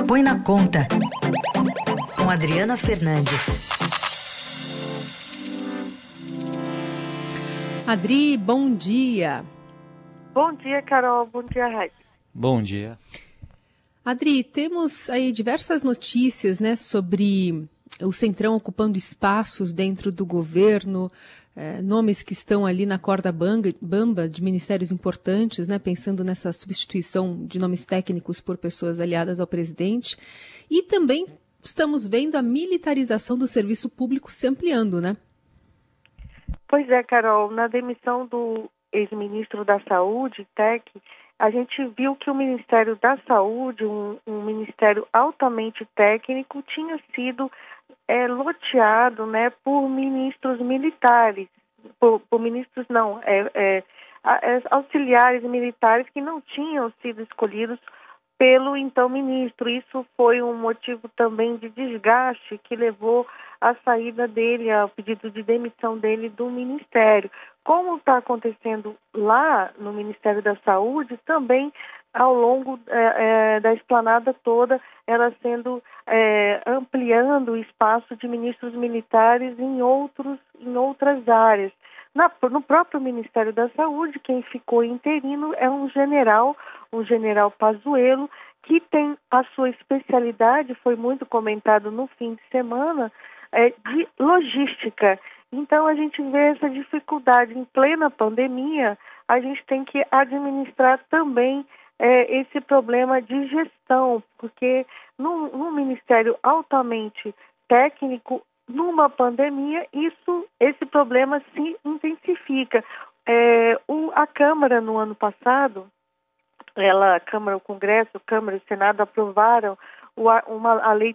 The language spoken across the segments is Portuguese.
Põe na Conta, com Adriana Fernandes. Adri, bom dia. Bom dia, Carol. Bom dia, Raíssa. Bom dia. Adri, temos aí diversas notícias, né, sobre o Centrão ocupando espaços dentro do governo, nomes que estão ali na corda bamba de ministérios importantes, né, pensando nessa substituição de nomes técnicos por pessoas aliadas ao presidente. E também estamos vendo a militarização do serviço público se ampliando, né? Pois é, Carol. Na demissão do ex-ministro da Saúde, Tec, a gente viu que o Ministério da Saúde, um ministério altamente técnico, tinha sido loteado, né, por ministros militares, por ministros não, auxiliares militares que não tinham sido escolhidos pelo então ministro. Isso foi um motivo também de desgaste que levou à saída dele, ao pedido de demissão dele do ministério. Como está acontecendo lá no Ministério da Saúde, também ao longo da esplanada toda, ela sendo ampliando o espaço de ministros militares em outras áreas. No próprio Ministério da Saúde, quem ficou interino é um general Pazuello, que tem a sua especialidade, foi muito comentado no fim de semana, de logística. Então a gente vê essa dificuldade em plena pandemia, a gente tem que administrar também esse problema de gestão, porque num ministério altamente técnico, numa pandemia, esse problema se intensifica. A Câmara, no ano passado, a Câmara, o Congresso, a Câmara e o Senado aprovaram a Lei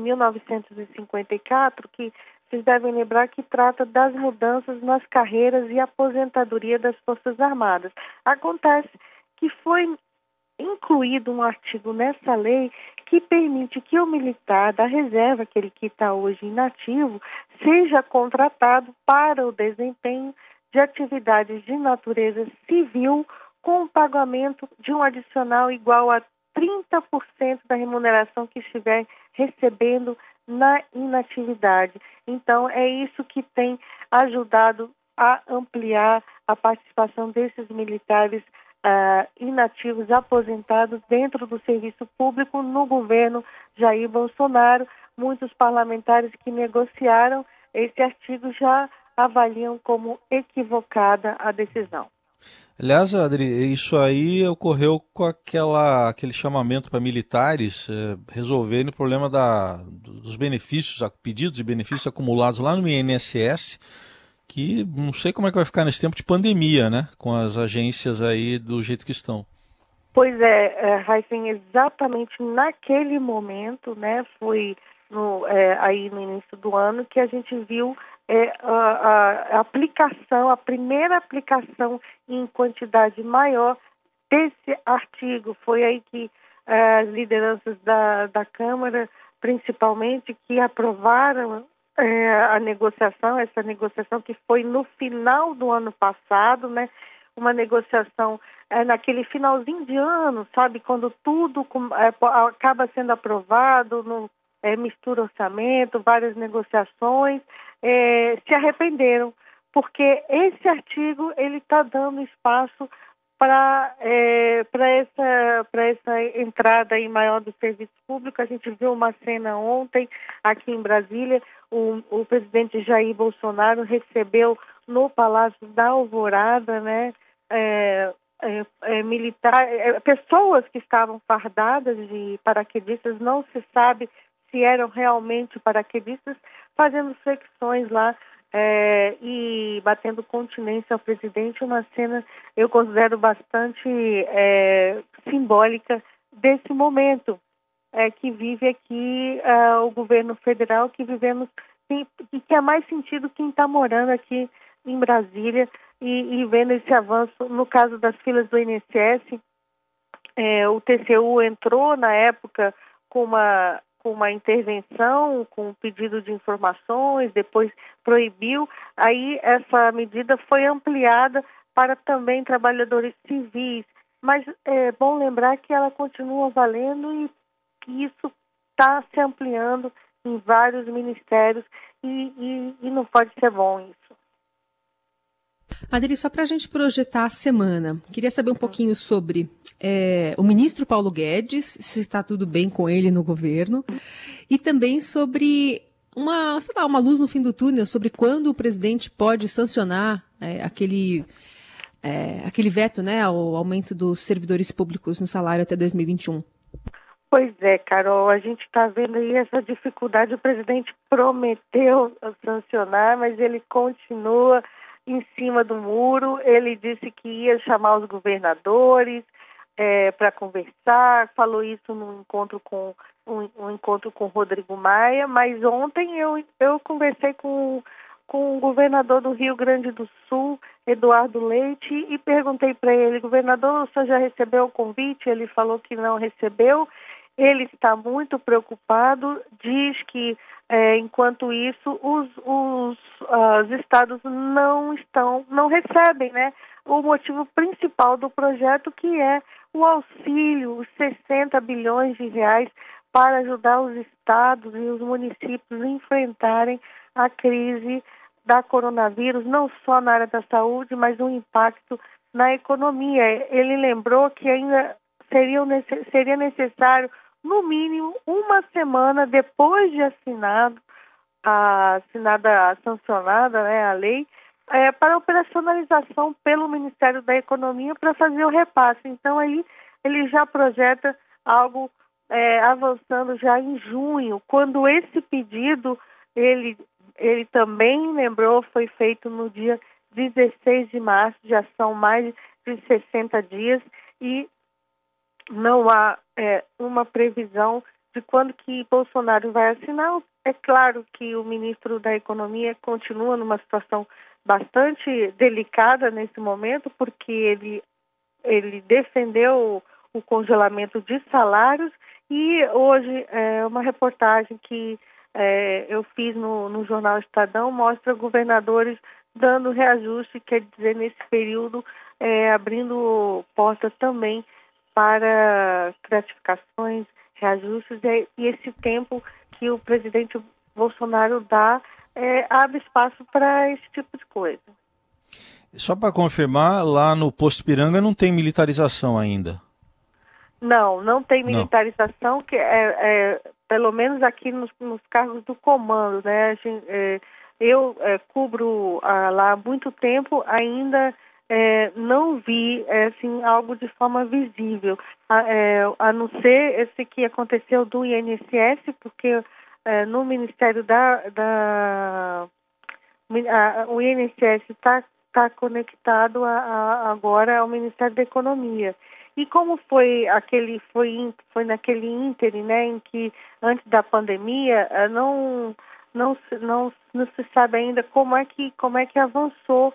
13.954, que vocês devem lembrar que trata das mudanças nas carreiras e aposentadoria das Forças Armadas. Acontece que foi incluído um artigo nessa lei que permite que o militar da reserva, aquele que está hoje inativo, seja contratado para o desempenho de atividades de natureza civil com o pagamento de um adicional igual a 30% da remuneração que estiver recebendo na inatividade. Então, é isso que tem ajudado a ampliar a participação desses militares inativos, aposentados dentro do serviço público no governo Jair Bolsonaro. Muitos parlamentares que negociaram esse artigo já avaliam como equivocada a decisão. Aliás, Adri, isso aí ocorreu com aquele chamamento para militares resolverem o problema dos benefícios, pedidos de benefícios acumulados lá no INSS, que não sei como é que vai ficar nesse tempo de pandemia, né? Com as agências aí do jeito que estão. Pois é, Raíssen, exatamente naquele momento, né? Foi aí no início do ano que a gente viu a aplicação, a primeira aplicação em quantidade maior desse artigo. Foi aí que as lideranças da Câmara, principalmente, que aprovaram essa negociação que foi no final do ano passado, né? Uma negociação naquele finalzinho de ano, sabe? Quando tudo acaba sendo aprovado, mistura orçamento, várias negociações, se arrependeram, porque esse artigo ele está dando espaço para essa entrada aí maior do serviço público. A gente viu uma cena ontem aqui em Brasília, o presidente Jair Bolsonaro recebeu no Palácio da Alvorada, né, pessoas que estavam fardadas de paraquedistas, não se sabe se eram realmente paraquedistas, fazendo flexões lá e batendo continência ao presidente. Uma cena eu considero bastante simbólica desse momento que vive aqui o governo federal, que vivemos, e que é mais sentido quem está morando aqui em Brasília e vendo esse avanço. No caso das filas do INSS, o TCU entrou na época com uma intervenção, com um pedido de informações, depois proibiu. Aí essa medida foi ampliada para também trabalhadores civis, mas é bom lembrar que ela continua valendo e que isso está se ampliando em vários ministérios e não pode ser bom isso. Adri, só para a gente projetar a semana, queria saber um pouquinho sobre o ministro Paulo Guedes, se está tudo bem com ele no governo, e também sobre uma luz no fim do túnel, sobre quando o presidente pode sancionar aquele veto, né, ao aumento dos servidores públicos no salário até 2021. Pois é, Carol, a gente está vendo aí essa dificuldade. O presidente prometeu sancionar, mas ele continua em cima do muro. Ele disse que ia chamar os governadores para conversar, falou isso num encontro com um encontro com Rodrigo Maia, mas ontem eu conversei com o governador do Rio Grande do Sul, Eduardo Leite, e perguntei para ele: governador, o senhor já recebeu o convite? Ele falou que não recebeu. Ele está muito preocupado, diz que, enquanto isso, os estados não recebem, né, o motivo principal do projeto, que é o auxílio, os 60 bilhões de reais para ajudar os estados e os municípios a enfrentarem a crise da coronavírus, não só na área da saúde, mas o impacto na economia. Ele lembrou que ainda seria necessário, no mínimo, uma semana depois de sancionada, né, a lei, para operacionalização pelo Ministério da Economia para fazer o repasse. Então, aí ele já projeta algo avançando já em junho, quando esse pedido, ele também lembrou, foi feito no dia 16 de março, já são mais de 60 dias, e não há uma previsão de quando que Bolsonaro vai assinar. É claro que o ministro da Economia continua numa situação bastante delicada nesse momento, porque ele defendeu o congelamento de salários, e hoje uma reportagem que eu fiz no jornal Estadão mostra governadores dando reajuste, quer dizer, nesse período abrindo portas também para gratificações, reajustes, e esse tempo que o presidente Bolsonaro dá abre espaço para esse tipo de coisa. Só para confirmar, lá no Posto Ipiranga não tem militarização ainda? Não tem militarização, que pelo menos aqui nos cargos do comando, né? Eu cubro lá há muito tempo, ainda não vi assim, algo de forma visível, a não ser esse que aconteceu do INSS, porque no Ministério o INSS está conectado agora ao Ministério da Economia. E como foi naquele ínterim, né, em que antes da pandemia não se sabe ainda como é que avançou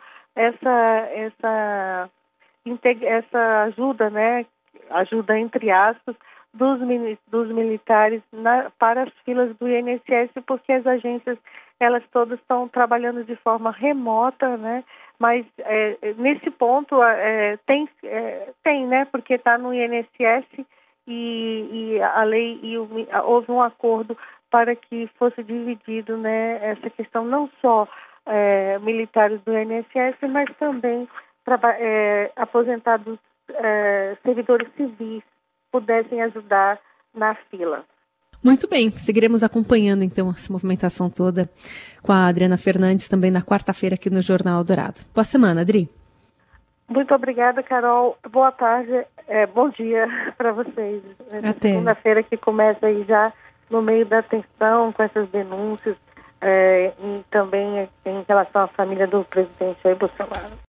essa ajuda, né, ajuda entre aspas, dos militares para as filas do INSS, porque as agências, elas todas estão trabalhando de forma remota, né, mas nesse ponto tem, né, porque está no INSS e a lei, houve um acordo para que fosse dividido, né, essa questão, não só militares do INSS, mas também aposentados, servidores civis pudessem ajudar na fila. Muito bem, seguiremos acompanhando então essa movimentação toda com a Adriana Fernandes também na quarta-feira aqui no Jornal Dourado. Boa semana, Adri. Muito obrigada, Carol. Boa tarde, bom dia para vocês. Até. Segunda-feira que começa aí já no meio da tensão com essas denúncias e também em relação à família do presidente Jair Bolsonaro.